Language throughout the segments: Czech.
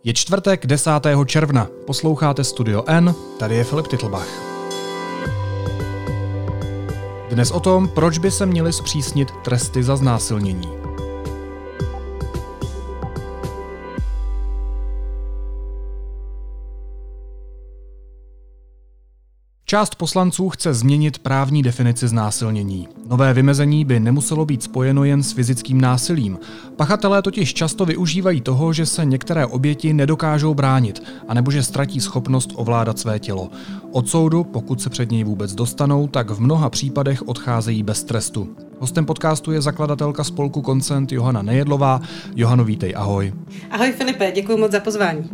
Je čtvrtek 10. června. Posloucháte Studio N, tady je Filip Titlbach. Dnes o tom, proč by se měly zpřísnit tresty za znásilnění. Část poslanců chce změnit právní definici znásilnění. Nové vymezení by nemuselo být spojeno jen s fyzickým násilím. Pachatelé totiž často využívají toho, že se některé oběti nedokážou bránit, anebo že ztratí schopnost ovládat své tělo. Od soudu, pokud se před něj vůbec dostanou, tak v mnoha případech odcházejí bez trestu. Hostem podcastu je zakladatelka spolku Consent Johana Nejedlová. Johano, vítej, ahoj. Ahoj Filipe, děkuji moc za pozvání.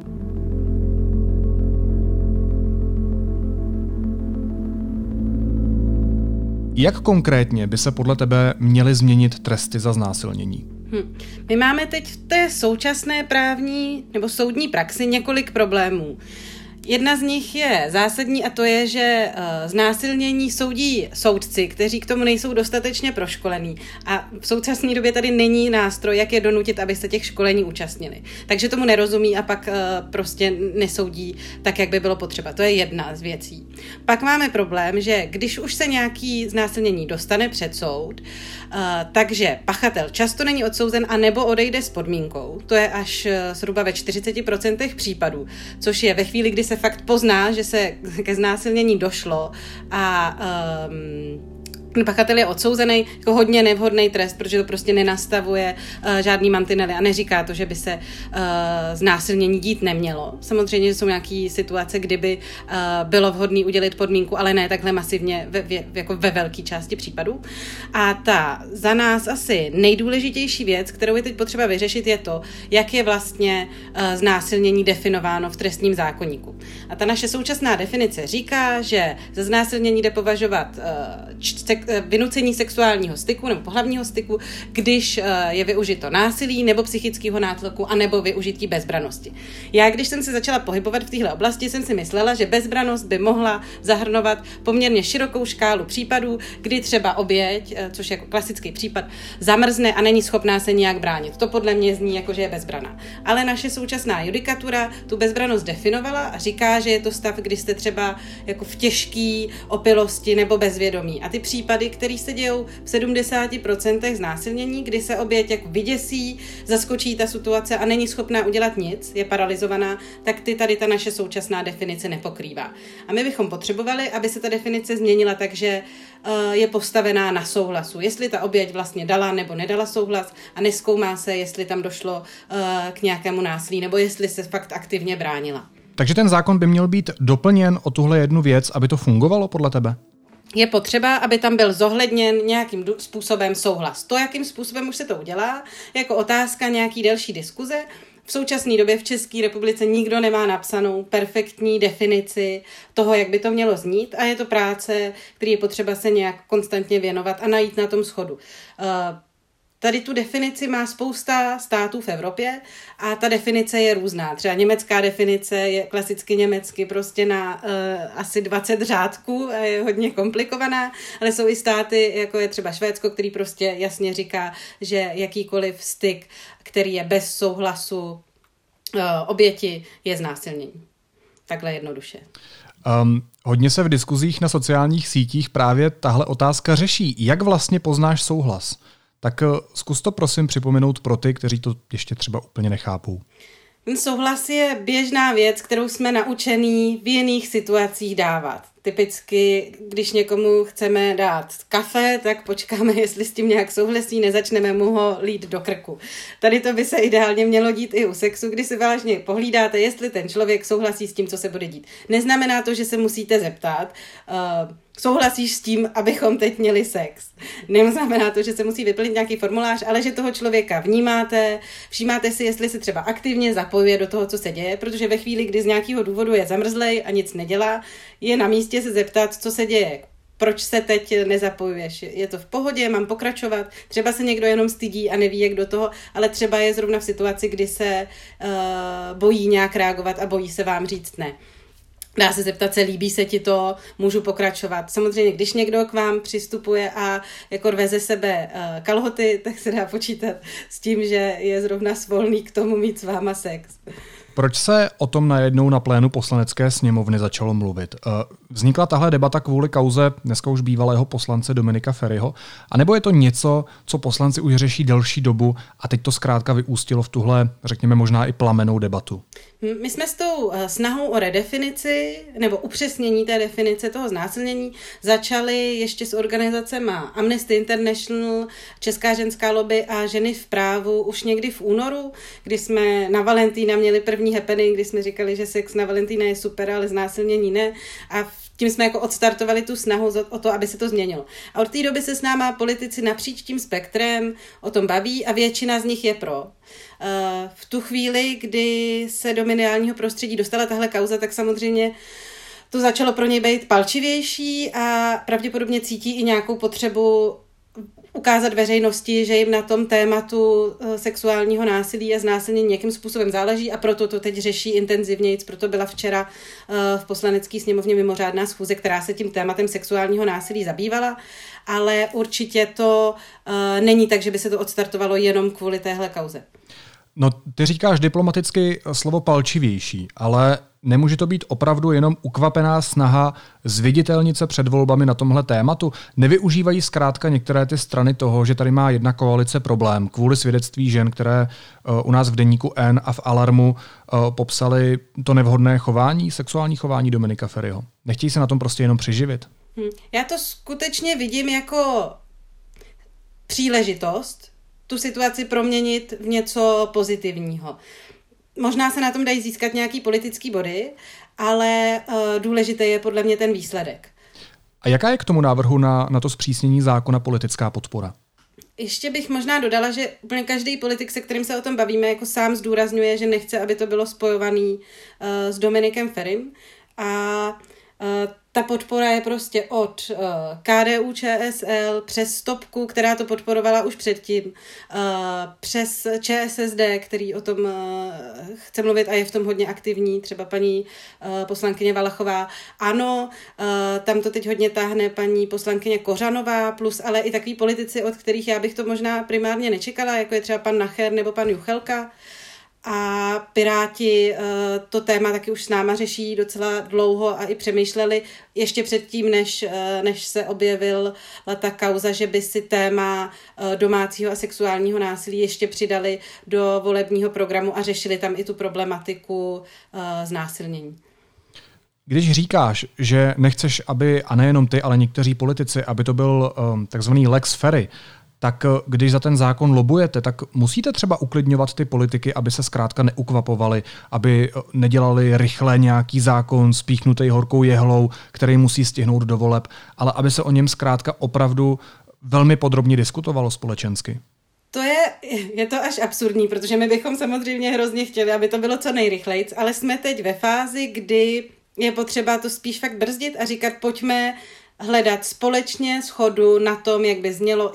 Jak konkrétně by se podle tebe měly změnit tresty za znásilnění? My máme teď v té současné právní nebo soudní praxi několik problémů. Jedna z nich je zásadní a to je, že znásilnění soudí soudci, kteří k tomu nejsou dostatečně proškolení. A v současné době tady není nástroj, jak je donutit, aby se těch školení účastnili. Takže tomu nerozumí a pak prostě nesoudí tak, jak by bylo potřeba. To je jedna z věcí. Pak máme problém, že když už se nějaký znásilnění dostane před soud, takže pachatel často není odsouzen a nebo odejde s podmínkou. To je až zhruba ve 40% případů, což je ve chvíli, kdy se fakt pozná, že se ke znásilnění došlo a pachatel je odsouzený jako hodně nevhodný trest, protože to prostě nenastavuje žádný mantinely a neříká to, že by se znásilnění dít nemělo. Samozřejmě jsou nějaké situace, kdyby bylo vhodné udělit podmínku, ale ne takhle masivně jako ve velké části případů. A ta za nás asi nejdůležitější věc, kterou je teď potřeba vyřešit, je to, jak je vlastně znásilnění definováno v trestním zákoníku. A ta naše současná definice říká, že za znásilnění jde považovat vynucení sexuálního styku nebo pohlavního styku, když je využito násilí nebo psychického nátlaku a nebo využití bezbrannosti. Já, když jsem se začala pohybovat v téhle oblasti, jsem si myslela, že bezbrannost by mohla zahrnovat poměrně širokou škálu případů, kdy třeba oběť, což je jako klasický případ, zamrzne a není schopná se nějak bránit. To podle mě zní jako, že je bezbranná. Ale naše současná judikatura tu bezbrannost definovala a říká, že je to stav, kdy jste třeba jako v těžké opilosti nebo bezvědomí. A ty případy, které se dějou v 70% znásilnění, kdy se oběť jako vyděsí, zaskočí ta situace a není schopná udělat nic, je paralizovaná, tak tady ta naše současná definice nepokrývá. A my bychom potřebovali, aby se ta definice změnila tak, že je postavená na souhlasu. Jestli ta oběť vlastně dala nebo nedala souhlas a nezkoumá se, jestli tam došlo k nějakému násilí nebo jestli se fakt aktivně bránila. Takže ten zákon by měl být doplněn o tuhle jednu věc, aby to fungovalo podle tebe? Je potřeba, aby tam byl zohledněn nějakým způsobem souhlas. To, jakým způsobem už se to udělá, jako otázka nějaký delší diskuze. V současné době v České republice nikdo nemá napsanou perfektní definici toho, jak by to mělo znít a je to práce, který je potřeba se nějak konstantně věnovat a najít na tom shodu. Tady tu definici má spousta států v Evropě a ta definice je různá. Třeba německá definice je klasicky německy prostě na asi 20 řádků a je hodně komplikovaná, ale jsou i státy, jako je třeba Švédsko, který prostě jasně říká, že jakýkoliv styk, který je bez souhlasu oběti, je znásilnění. Takhle jednoduše. Hodně se v diskuzích na sociálních sítích právě tahle otázka řeší. Jak vlastně poznáš souhlas? Tak zkus to prosím připomenout pro ty, kteří to ještě třeba úplně nechápou. Souhlas je běžná věc, kterou jsme naučení v jiných situacích dávat. Typicky, když někomu chceme dát kafe, tak počkáme, jestli s tím nějak souhlasí, nezačneme mu ho lít do krku. Tady to by se ideálně mělo dít i u sexu, kdy si vážně pohlídáte, jestli ten člověk souhlasí s tím, co se bude dít. Neznamená to, že se musíte zeptat, souhlasíš s tím, abychom teď měli sex. Neznamená to, že se musí vyplnit nějaký formulář, ale že toho člověka vnímáte, všímáte si, jestli se třeba aktivně zapojuje do toho, co se děje, protože ve chvíli, kdy z nějakého důvodu je zamrzlej a nic nedělá, je na místě se zeptat, co se děje. Proč se teď nezapojuješ? Je to v pohodě, mám pokračovat? Třeba se někdo jenom stydí a neví, jak do toho, ale třeba je zrovna v situaci, kdy se bojí nějak reagovat a bojí se vám říct ne. Dá se zeptat se, líbí se ti to, můžu pokračovat. Samozřejmě, když někdo k vám přistupuje a jako rve ze sebe kalhoty, tak se dá počítat s tím, že je zrovna svolný k tomu mít s váma sex. Proč se o tom najednou na plénu Poslanecké sněmovny začalo mluvit? Vznikla tahle debata kvůli kauze dneska už bývalého poslance Dominika Feriho? A nebo je to něco, co poslanci už řeší delší dobu a teď to zkrátka vyústilo v tuhle, řekněme, možná i plamennou debatu? My jsme s tou snahou o redefinici nebo upřesnění té definice toho znásilnění začali ještě s organizacemi Amnesty International, Česká ženská lobby a Ženy v právu už někdy v únoru, kdy jsme na Valentína měli první happening, kdy jsme říkali, že sex na Valentína je super, ale znásilnění ne. A tím jsme jako odstartovali tu snahu o to, aby se to změnilo. A od té doby se s náma politici napříč tím spektrem o tom baví a většina z nich je pro. V tu chvíli, kdy se do mediálního prostředí dostala tahle kauza, tak samozřejmě to začalo pro něj být palčivější a pravděpodobně cítí i nějakou potřebu ukázat veřejnosti, že jim na tom tématu sexuálního násilí a znásilnění nějakým způsobem záleží a proto to teď řeší intenzivněji. Proto byla včera v Poslanecké sněmovně mimořádná schůze, která se tím tématem sexuálního násilí zabývala, ale určitě to není tak, že by se to odstartovalo jenom kvůli téhle kauze. No, ty říkáš diplomaticky slovo palčivější, ale nemůže to být opravdu jenom ukvapená snaha zviditelnit se před volbami na tomhle tématu? Nevyužívají zkrátka některé ty strany toho, že tady má jedna koalice problém kvůli svědectví žen, které u nás v deníku N a v Alarmu popsali to nevhodné chování, sexuální chování Dominika Feriho? Nechtějí se na tom prostě jenom přiživit? Já to skutečně vidím jako příležitost tu situaci proměnit v něco pozitivního. Možná se na tom dají získat nějaký politický body, ale důležité je podle mě ten výsledek. A jaká je k tomu návrhu na to zpřísnění zákona politická podpora? Ještě bych možná dodala, že úplně každý politik, se kterým se o tom bavíme, jako sám zdůrazňuje, že nechce, aby to bylo spojovaný s Dominikem Ferim. A ta podpora je prostě od KDU, ČSL, přes Stopku, která to podporovala už předtím, přes ČSSD, který o tom chce mluvit a je v tom hodně aktivní, třeba paní poslankyně Valachová. Ano, tam to teď hodně táhne paní poslankyně Kořanová, plus ale i takový politici, od kterých já bych to možná primárně nečekala, jako je třeba pan Nacher nebo pan Juchelka. A Piráti to téma taky už s náma řeší docela dlouho a i přemýšleli ještě předtím, než se objevila ta kauza, že by si téma domácího a sexuálního násilí ještě přidali do volebního programu a řešili tam i tu problematiku znásilnění. Když říkáš, že nechceš, aby, a nejenom ty, ale někteří politici, aby to byl takzvaný Lex Ferry, tak když za ten zákon lobujete, tak musíte třeba uklidňovat ty politiky, aby se zkrátka neukvapovali, aby nedělali rychle nějaký zákon spíchnutý horkou jehlou, který musí stihnout do voleb, ale aby se o něm zkrátka opravdu velmi podrobně diskutovalo společensky. Je to až absurdní, protože my bychom samozřejmě hrozně chtěli, aby to bylo co nejrychlejc, ale jsme teď ve fázi, kdy je potřeba to spíš fakt brzdit a říkat, pojďme hledat společně shodu na tom, jak by znělo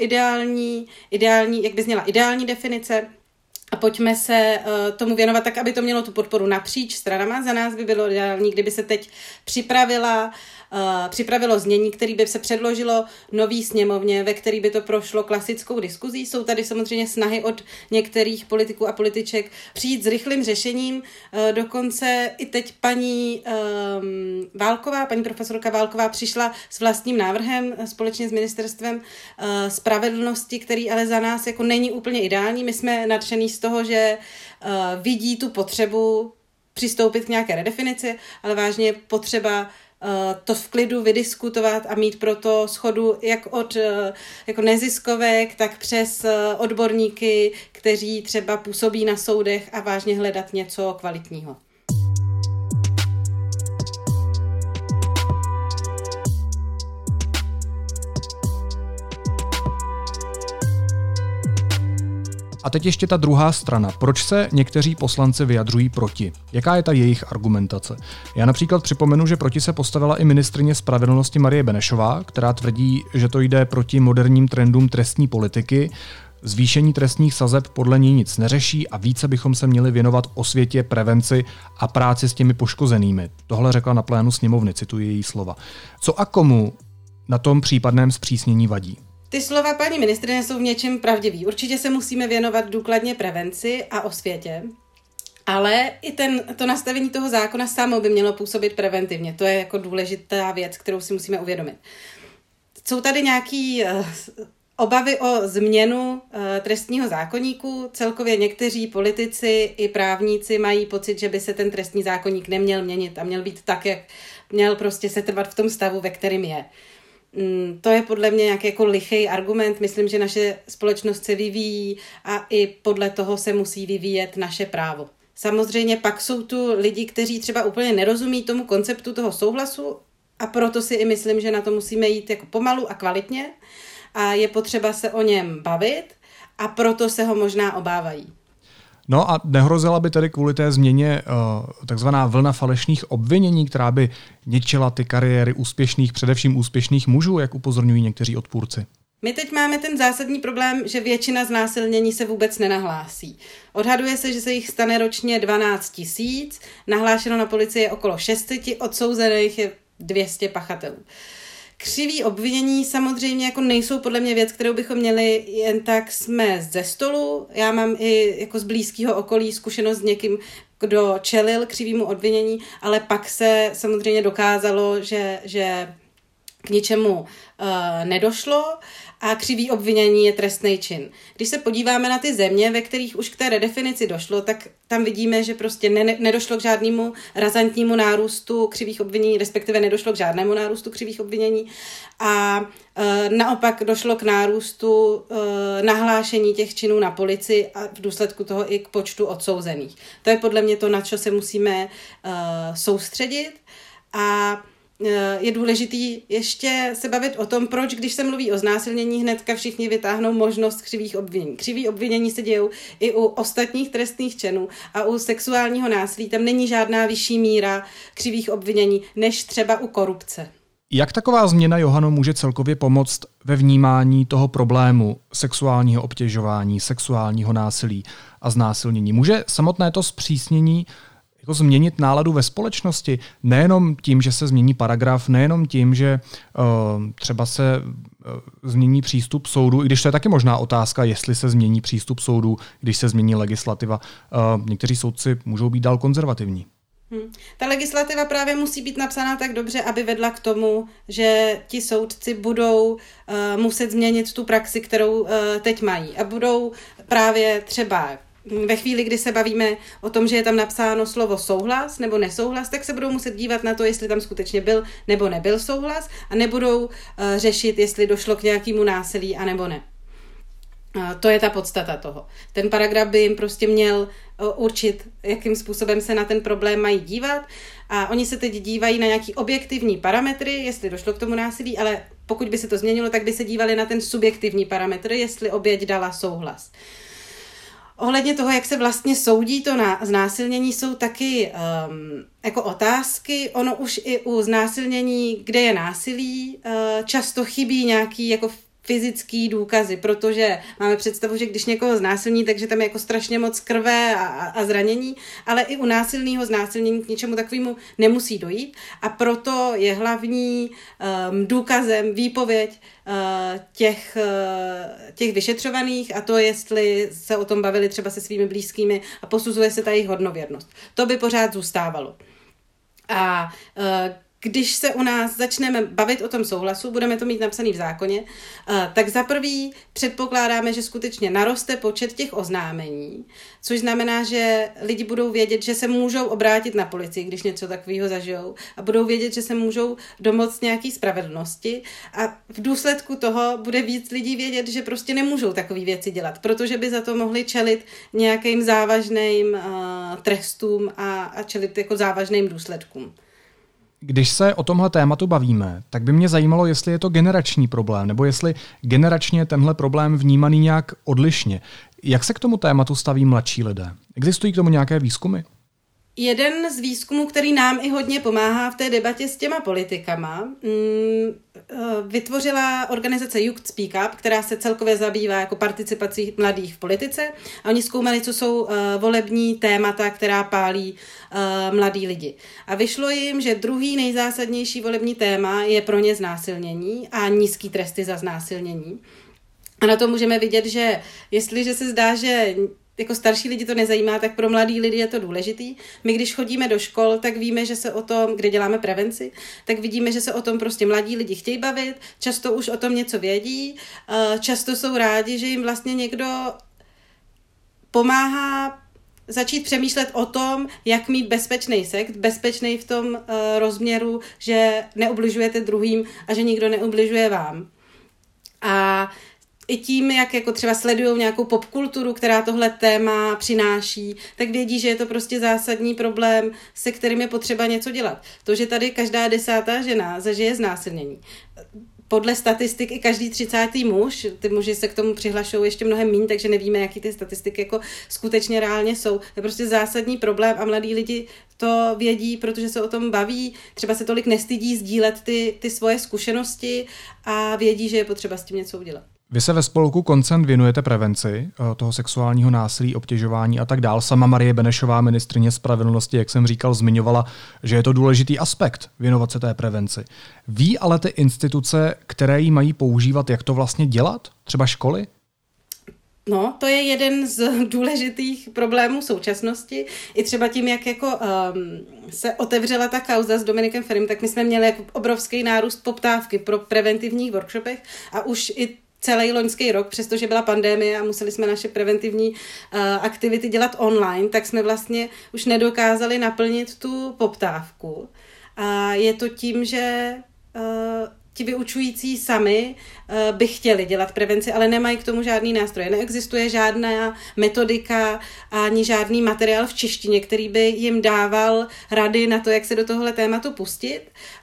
jak by zněla ideální definice a pojďme se tomu věnovat tak, aby to mělo tu podporu napříč stranama. Za nás by bylo ideální, kdyby se teď připravilo znění, který by se předložilo nový sněmovně, ve který by to prošlo klasickou diskuzí. Jsou tady samozřejmě snahy od některých politiků a političek přijít s rychlým řešením. Dokonce i teď paní profesorka Válková přišla s vlastním návrhem společně s ministerstvem spravedlnosti, který ale za nás jako není úplně ideální. My jsme nadšený z toho, že vidí tu potřebu přistoupit k nějaké redefinici, ale vážně je potřeba to v klidu vydiskutovat a mít proto shodu jak od jako neziskovek, tak přes odborníky, kteří třeba působí na soudech a vážně hledat něco kvalitního. A teď ještě ta druhá strana. Proč se někteří poslanci vyjadřují proti? Jaká je ta jejich argumentace? Já například připomenu, že proti se postavila i ministryně spravedlnosti Marie Benešová, která tvrdí, že to jde proti moderním trendům trestní politiky. Zvýšení trestních sazeb podle ní nic neřeší a více bychom se měli věnovat osvětě, prevenci a práci s těmi poškozenými. Tohle řekla na plénu sněmovny, cituji její slova. Co a komu na tom případném zpřísnění vadí? Ty slova paní ministryně jsou v něčem pravdivý. Určitě se musíme věnovat důkladně prevenci a osvětě, Ale i to nastavení toho zákona samo by mělo působit preventivně. To je jako důležitá věc, kterou si musíme uvědomit. Jsou tady nějaký obavy o změnu trestního zákoníku. Celkově někteří politici i právníci mají pocit, že by se ten trestní zákoník neměl měnit a měl být tak, jak měl prostě se trvat v tom stavu, ve kterém je. To je podle mě nějaký jako lichý argument. Myslím, že naše společnost se vyvíjí a i podle toho se musí vyvíjet naše právo. Samozřejmě pak jsou tu lidi, kteří třeba úplně nerozumí tomu konceptu toho souhlasu a proto si i myslím, že na to musíme jít jako pomalu a kvalitně a je potřeba se o něm bavit a proto se ho možná obávají. No a nehrozila by tedy kvůli té změně takzvaná vlna falešných obvinění, která by ničila ty kariéry úspěšných, především úspěšných mužů, jak upozorňují někteří odpůrci? My teď máme ten zásadní problém, že většina znásilnění se vůbec nenahlásí. Odhaduje se, že se jich stane ročně 12 000, nahlášeno na policii je okolo 600, odsouzených je 200 pachatelů. Křivý obvinění samozřejmě jako nejsou podle mě věc, kterou bychom měli jen tak smést ze stolu. Já mám i jako z blízkého okolí zkušenost s někým, kdo čelil křivému obvinění, ale pak se samozřejmě dokázalo, že k ničemu nedošlo a křivý obvinění je trestný čin. Když se podíváme na ty země, ve kterých už k té redefinici došlo, tak tam vidíme, že prostě nedošlo k žádnému razantnímu nárůstu křivých obvinění, respektive nedošlo k žádnému nárůstu křivých obvinění a naopak došlo k nárůstu nahlášení těch činů na policii a v důsledku toho i k počtu odsouzených. To je podle mě to, na co se musíme soustředit a je důležitý ještě se bavit o tom, proč, když se mluví o znásilnění, hnedka všichni vytáhnou možnost křivých obvinění. Křivý obvinění se dějou i u ostatních trestných činů a u sexuálního násilí. Tam není žádná vyšší míra křivých obvinění, než třeba u korupce. Jak taková změna, Johano, může celkově pomoct ve vnímání toho problému sexuálního obtěžování, sexuálního násilí a znásilnění? Může samotné to zpřísnění jako změnit náladu ve společnosti, nejenom tím, že se změní paragraf, nejenom tím, že třeba se změní přístup soudu, i když to je taky možná otázka, jestli se změní přístup soudu, když se změní legislativa. Někteří soudci můžou být dál konzervativní. Ta legislativa právě musí být napsána tak dobře, aby vedla k tomu, že ti soudci budou muset změnit tu praxi, kterou teď mají a budou právě třeba ve chvíli, kdy se bavíme o tom, že je tam napsáno slovo souhlas nebo nesouhlas, tak se budou muset dívat na to, jestli tam skutečně byl nebo nebyl souhlas a nebudou řešit, jestli došlo k nějakému násilí a nebo ne. To je ta podstata toho. Ten paragraf by jim prostě měl určit, jakým způsobem se na ten problém mají dívat a oni se teď dívají na nějaký objektivní parametry, jestli došlo k tomu násilí, ale pokud by se to změnilo, tak by se dívali na ten subjektivní parametr, jestli oběť dala souhlas. Ohledně toho, jak se vlastně soudí to znásilnění, jsou taky jako otázky. Ono už i u znásilnění, kde je násilí, často chybí nějaký jako fyzický důkazy, protože máme představu, že když někoho znásilní, takže tam je jako strašně moc krve a zranění, ale i u násilného znásilnění k něčemu takovému nemusí dojít a proto je hlavní důkazem výpověď těch vyšetřovaných a to, jestli se o tom bavili třeba se svými blízkými a posuzuje se ta jejich hodnověrnost. To by pořád zůstávalo. A když se u nás začneme bavit o tom souhlasu, budeme to mít napsaný v zákoně, tak za prvý předpokládáme, že skutečně naroste počet těch oznámení, což znamená, že lidi budou vědět, že se můžou obrátit na policii, když něco takového zažijou a budou vědět, že se můžou domoct nějaký spravedlnosti a v důsledku toho bude víc lidí vědět, že prostě nemůžou takové věci dělat, protože by za to mohli čelit nějakým závažným trestům a čelit jako závažným důsledkům. Když se o tomhle tématu bavíme, tak by mě zajímalo, jestli je to generační problém, nebo jestli generačně tenhle problém vnímaný nějak odlišně. Jak se k tomu tématu staví mladší lidé? Existují k tomu nějaké výzkumy? Jeden z výzkumů, který nám i hodně pomáhá v té debatě s těma politikama, vytvořila organizace Youth Speak Up, která se celkově zabývá jako participací mladých v politice a oni zkoumali, co jsou volební témata, která pálí mladí lidi. A vyšlo jim, že druhý nejzásadnější volební téma je pro ně znásilnění a nízký tresty za znásilnění. A na to můžeme vidět, že jestliže se zdá, že jako starší lidi to nezajímá, tak pro mladý lidi je to důležitý. My, když chodíme do škol, tak víme, že se o tom, kde děláme prevenci, tak vidíme, že se o tom prostě mladí lidi chtějí bavit, často už o tom něco vědí, často jsou rádi, že jim vlastně někdo pomáhá začít přemýšlet o tom, jak mít bezpečný sex, bezpečný v tom rozměru, že neubližujete druhým a že nikdo neubližuje vám. A i tím, jak jako třeba sledují nějakou popkulturu, která tohle téma přináší, tak vědí, že je to prostě zásadní problém, se kterým je potřeba něco dělat. To, že tady každá 10. žena zažije znásilnění. Podle statistik i každý 30. muž, ty muži se k tomu přihlašují ještě mnohem míň, takže nevíme, jaký ty statistiky jako skutečně reálně jsou. To je prostě zásadní problém a mladí lidi to vědí, protože se o tom baví, třeba se tolik nestydí sdílet ty svoje zkušenosti a vědí, že je potřeba s tím něco udělat. Vy se ve spolku Koncent věnujete prevenci toho sexuálního násilí, obtěžování a tak dál. Sama Marie Benešová, ministryně spravedlnosti, jak jsem říkal, zmiňovala, že je to důležitý aspekt věnovat se té prevenci. Ví ale ty instituce, které ji mají používat, jak to vlastně dělat? Třeba školy? No, to je jeden z důležitých problémů současnosti. I třeba tím, jak jako se otevřela ta kauza s Dominikem Ferim, tak my jsme měli jako obrovský nárůst poptávky pro preventivních workshopech a už i celý loňský rok, přestože byla pandemie a museli jsme naše preventivní aktivity dělat online, tak jsme vlastně už nedokázali naplnit tu poptávku. A je to tím, že ti vyučující sami by chtěli dělat prevenci, ale nemají k tomu žádný nástroje. Neexistuje žádná metodika ani žádný materiál v češtině, který by jim dával rady na to, jak se do tohle tématu pustit.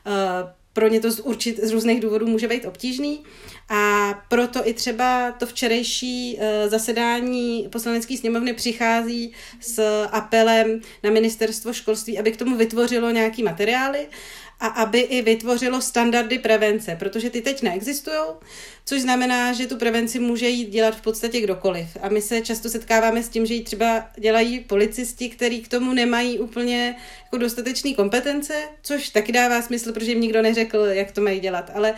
Pro ně to z různých důvodů může být obtížný. A proto i třeba to včerejší zasedání Poslanecké sněmovny přichází s apelem na ministerstvo školství, aby k tomu vytvořilo nějaký materiály a aby i vytvořilo standardy prevence, protože ty teď neexistují, což znamená, že tu prevenci může jít dělat v podstatě kdokoliv. A my se často setkáváme s tím, že ji třeba dělají policisti, kteří k tomu nemají úplně jako dostatečné kompetence, což taky dává smysl, protože jim nikdo neřekl, jak to mají dělat, ale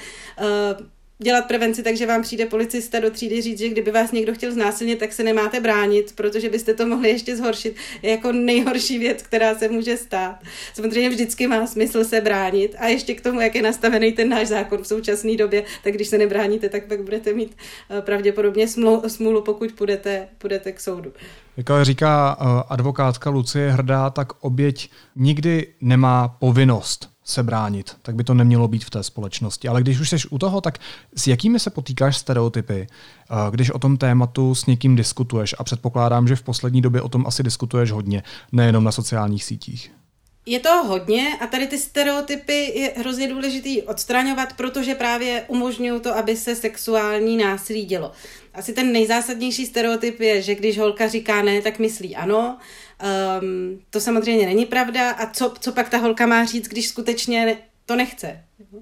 dělat prevenci, takže vám přijde policista do třídy říct, že kdyby vás někdo chtěl znásilnit, tak se nemáte bránit, protože byste to mohli ještě zhoršit. Je jako nejhorší věc, která se může stát. Samozřejmě vždycky má smysl se bránit a ještě k tomu, jak je nastavený ten náš zákon v současné době, tak když se nebráníte, tak pak budete mít pravděpodobně smůlu, pokud půjdete k soudu. Jak říká advokátka Lucie Hrdá, tak oběť nikdy nemá povinnost se bránit, tak by to nemělo být v té společnosti. Ale když už jsi u toho, tak s jakými se potýkáš stereotypy, když o tom tématu s někým diskutuješ? A předpokládám, že v poslední době o tom asi diskutuješ hodně, nejenom na sociálních sítích. Je to hodně a tady ty stereotypy je hrozně důležitý odstraňovat, protože právě umožňují to, aby se sexuální násilí dělo. Asi ten nejzásadnější stereotyp je, že když holka říká ne, tak myslí ano. To samozřejmě není pravda. A co pak ta holka má říct, když skutečně to nechce?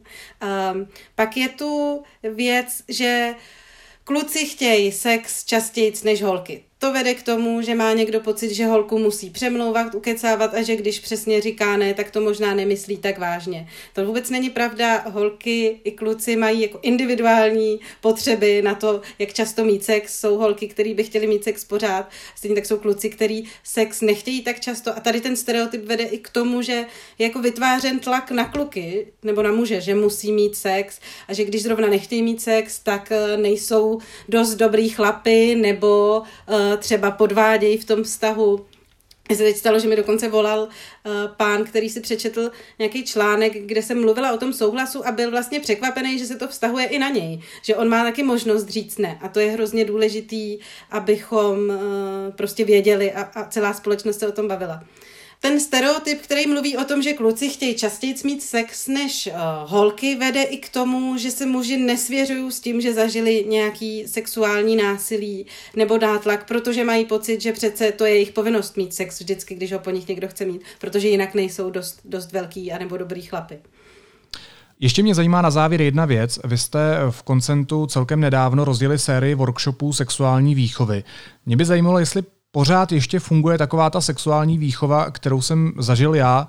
Pak je tu věc, že kluci chtějí sex častěji než holky. To vede k tomu, že má někdo pocit, že holku musí přemlouvat, ukecávat a že když přesně říká ne, tak to možná nemyslí tak vážně. To vůbec není pravda. Holky i kluci mají jako individuální potřeby na to, jak často mít sex. Jsou holky, které by chtěly mít sex pořád, stejně tak jsou kluci, který sex nechtějí tak často. A tady ten stereotyp vede i k tomu, že je jako vytvářen tlak na kluky nebo na muže, že musí mít sex a že když zrovna nechtějí mít sex, tak nejsou dost dobrý chlapy nebo třeba podvádějí v tom vztahu. Mně se teď stalo, že mi dokonce volal pán, který si přečetl nějaký článek, kde jsem mluvila o tom souhlasu a byl vlastně překvapený, že se to vztahuje i na něj. Že on má taky možnost říct ne. A to je hrozně důležitý, abychom prostě věděli a celá společnost se o tom bavila. Ten stereotyp, který mluví o tom, že kluci chtějí častěji mít sex než holky, vede i k tomu, že se muži nesvěřují s tím, že zažili nějaký sexuální násilí nebo nátlak, protože mají pocit, že přece to je jejich povinnost mít sex vždycky, když ho po nich někdo chce mít, protože jinak nejsou dost velký anebo dobrý chlapy. Ještě mě zajímá na závěr jedna věc. Vy jste v Koncentu celkem nedávno rozjeli sérii workshopů sexuální výchovy. Mě by zajímalo, jestli pořád ještě funguje taková ta sexuální výchova, kterou jsem zažil já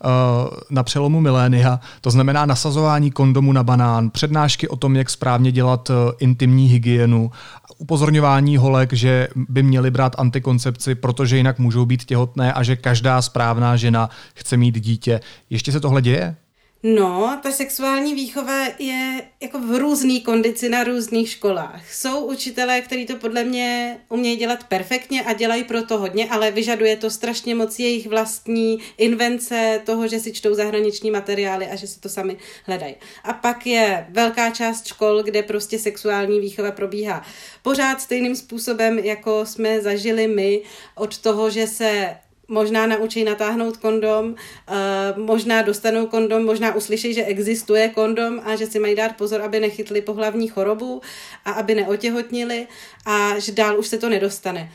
na přelomu milénia. To znamená nasazování kondomu na banán, přednášky o tom, jak správně dělat intimní hygienu, upozorňování holek, že by měly brát antikoncepci, protože jinak můžou být těhotné a že každá správná žena chce mít dítě. Ještě se tohle děje? No, ta sexuální výchova je jako v různý kondici na různých školách. Jsou učitelé, kteří to podle mě umějí dělat perfektně a dělají pro to hodně, ale vyžaduje to strašně moc jejich vlastní invence toho, že si čtou zahraniční materiály a že si to sami hledají. A pak je velká část škol, kde prostě sexuální výchova probíhá pořád stejným způsobem, jako jsme zažili my, od toho, že se možná naučí natáhnout kondom, možná dostanou kondom, možná uslyší, že existuje kondom a že si mají dát pozor, aby nechytli pohlavní chorobu a aby neotěhotnili a že dál už se to nedostane.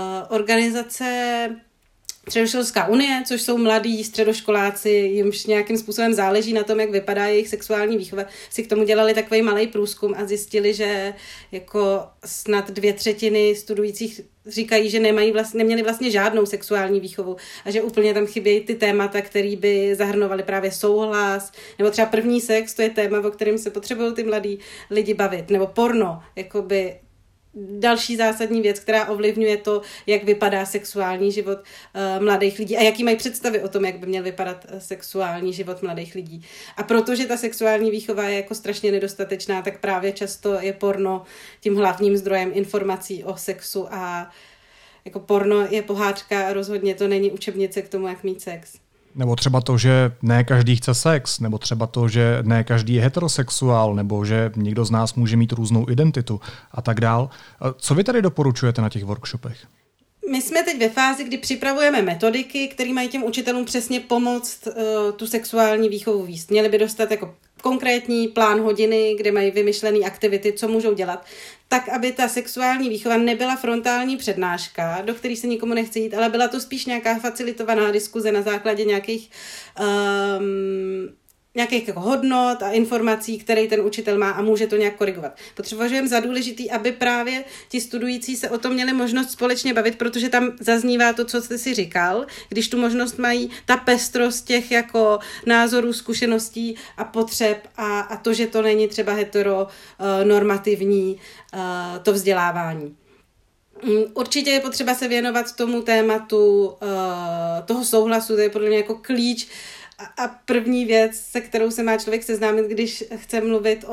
Organizace Středoškolská unie, což jsou mladí středoškoláci, jimž nějakým způsobem záleží na tom, jak vypadá jejich sexuální výchova, si k tomu dělali takový malý průzkum a zjistili, že jako snad 2/3 studujících říkají, že neměli vlastně žádnou sexuální výchovu a že úplně tam chybějí ty témata, které by zahrnovaly právě souhlas, nebo třeba první sex, to je téma, o kterém se potřebují ty mladí lidi bavit, nebo porno, jakoby další zásadní věc, která ovlivňuje to, jak vypadá sexuální život mladých lidí a jaký mají představy o tom, jak by měl vypadat sexuální život mladých lidí. A protože ta sexuální výchova je jako strašně nedostatečná, tak právě často je porno tím hlavním zdrojem informací o sexu a jako porno je pohádka a rozhodně to není učebnice k tomu, jak mít sex. Nebo třeba to, že ne každý chce sex, nebo třeba to, že ne každý je heterosexuál, nebo že někdo z nás může mít různou identitu a tak dál. Co vy tady doporučujete na těch workshopech? My jsme teď ve fázi, kdy připravujeme metodiky, které mají těm učitelům přesně pomoct tu sexuální výchovu vést. Měli by dostat jako konkrétní plán hodiny, kde mají vymyšlené aktivity, co můžou dělat, tak, aby ta sexuální výchova nebyla frontální přednáška, do které se nikomu nechce jít, ale byla to spíš nějaká facilitovaná diskuze na základě nějakých jako hodnot a informací, které ten učitel má a může to nějak korigovat. Potřebujeme za důležitý, aby právě ti studující se o tom měli možnost společně bavit, protože tam zaznívá to, co jste si říkal, když tu možnost mají ta pestrost těch jako názorů, zkušeností a potřeb a to, že to není třeba heteronormativní to vzdělávání. Určitě je potřeba se věnovat tomu tématu toho souhlasu, to je podle mě jako klíč a první věc, se kterou se má člověk seznámit, když chce mluvit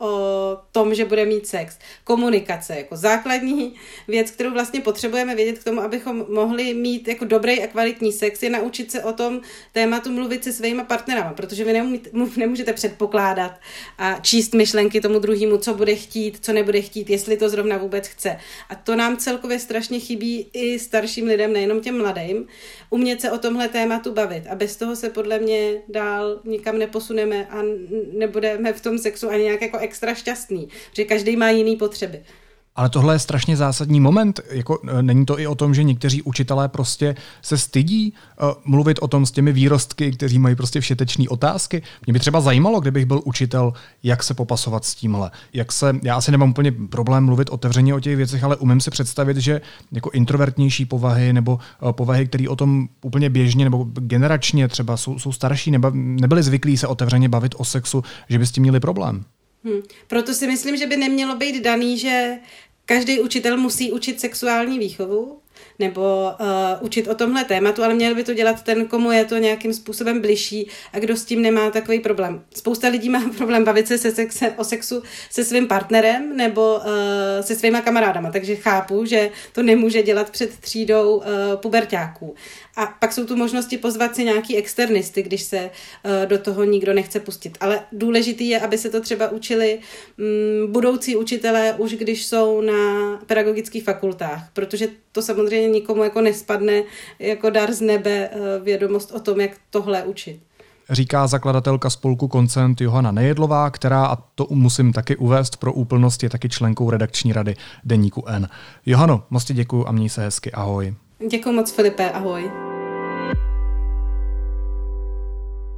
o tom, že bude mít sex. Komunikace, jako základní věc, kterou vlastně potřebujeme vědět k tomu, abychom mohli mít jako dobrý a kvalitní sex, je naučit se o tom tématu mluvit se svýma partnerama, protože vy nemůžete předpokládat a číst myšlenky tomu druhému, co bude chtít, co nebude chtít, jestli to zrovna vůbec chce. A to nám celkově strašně chybí i starším lidem, nejenom těm mladým, umět se o tomhle tématu bavit a bez toho se podle mě dál nikam neposuneme a nebudeme v tom sexu ani nějak jako extra šťastný, protože každý má jiný potřeby. Ale tohle je strašně zásadní moment. Jako, není to i o tom, že někteří učitelé prostě se stydí mluvit o tom s těmi výrostky, kteří mají prostě všetečné otázky? Mě by třeba zajímalo, kdybych byl učitel, jak se popasovat s tímhle. Já asi nemám úplně problém mluvit otevřeně o těch věcech, ale umím si představit, že jako introvertnější povahy nebo povahy, které o tom úplně běžně nebo generačně třeba jsou starší, nebyli zvyklí se otevřeně bavit o sexu, že by s tím měli problém. Proto si myslím, že by nemělo být daný, že každý učitel musí učit sexuální výchovu nebo učit o tomhle tématu, ale měl by to dělat ten, komu je to nějakým způsobem bližší a kdo s tím nemá takový problém. Spousta lidí má problém bavit se o sexu se svým partnerem nebo se svýma kamarádama, takže chápu, že to nemůže dělat před třídou puberťáků. A pak jsou tu možnosti pozvat si nějaký externisty, když se do toho nikdo nechce pustit. Ale důležitý je, aby se to třeba učili budoucí učitelé už když jsou na pedagogických fakultách, protože to samozřejmě nikomu jako nespadne jako dar z nebe vědomost o tom, jak tohle učit. Říká zakladatelka spolku Koncent Johana Nejedlová, která, a to musím taky uvést pro úplnost, je taky členkou redakční rady Deníku N. Johano, moc ti děkuju a měj se hezky, ahoj. Děkuju moc, Filipe, ahoj.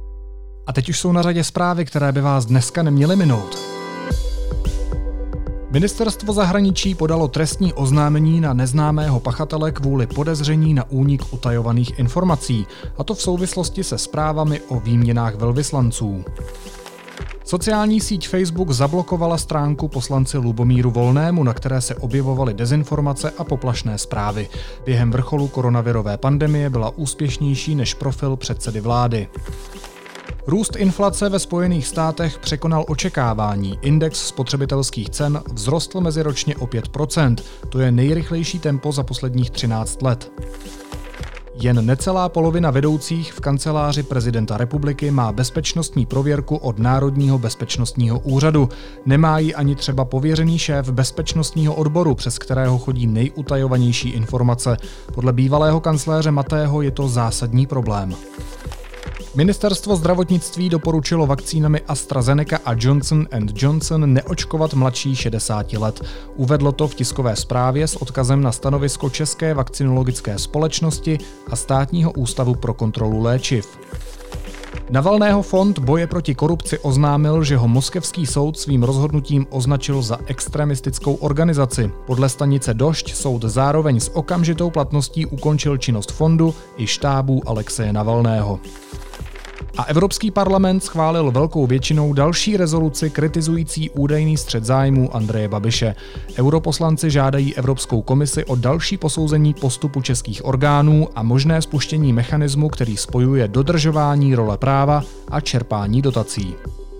A teď už jsou na řadě zprávy, které by vás dneska neměly minout. Ministerstvo zahraničí podalo trestní oznámení na neznámého pachatele kvůli podezření na únik utajovaných informací, a to v souvislosti se zprávami o výměnách velvyslanců. Sociální síť Facebook zablokovala stránku poslanci Lubomíru Volnému, na které se objevovaly dezinformace a poplašné zprávy. Během vrcholu koronavirové pandemie byla úspěšnější než profil předsedy vlády. Růst inflace ve Spojených státech překonal očekávání. Index spotřebitelských cen vzrostl meziročně o 5%. To je nejrychlejší tempo za posledních 13 let. Jen necelá polovina vedoucích v kanceláři prezidenta republiky má bezpečnostní prověrku od Národního bezpečnostního úřadu. Nemá ji ani třeba pověřený šéf bezpečnostního odboru, přes kterého chodí nejutajovanější informace. Podle bývalého kancléře Matého je to zásadní problém. Ministerstvo zdravotnictví doporučilo vakcínami AstraZeneca a Johnson & Johnson neočkovat mladší 60 let. Uvedlo to v tiskové zprávě s odkazem na stanovisko České vakcinologické společnosti a Státního ústavu pro kontrolu léčiv. Navalného fond boje proti korupci oznámil, že ho moskevský soud svým rozhodnutím označil za extremistickou organizaci. Podle stanice Došť soud zároveň s okamžitou platností ukončil činnost fondu i štábů Alexeje Navalného. A Evropský parlament schválil velkou většinou další rezoluci kritizující údajný střet zájmů Andreje Babiše. Europoslanci žádají Evropskou komisi o další posouzení postupu českých orgánů a možné spuštění mechanismu, který spojuje dodržování role práva a čerpání dotací.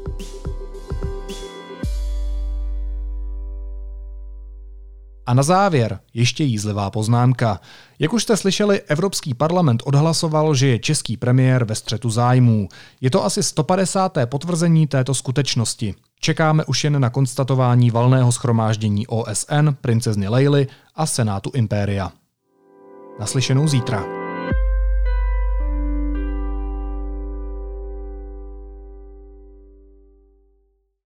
A na závěr ještě jízlivá poznámka. Jak už jste slyšeli, Evropský parlament odhlasoval, že je český premiér ve střetu zájmů. Je to asi 150. potvrzení této skutečnosti. Čekáme už jen na konstatování valného shromáždění OSN, princezny Leily a Senátu Impéria. Naslyšenou zítra.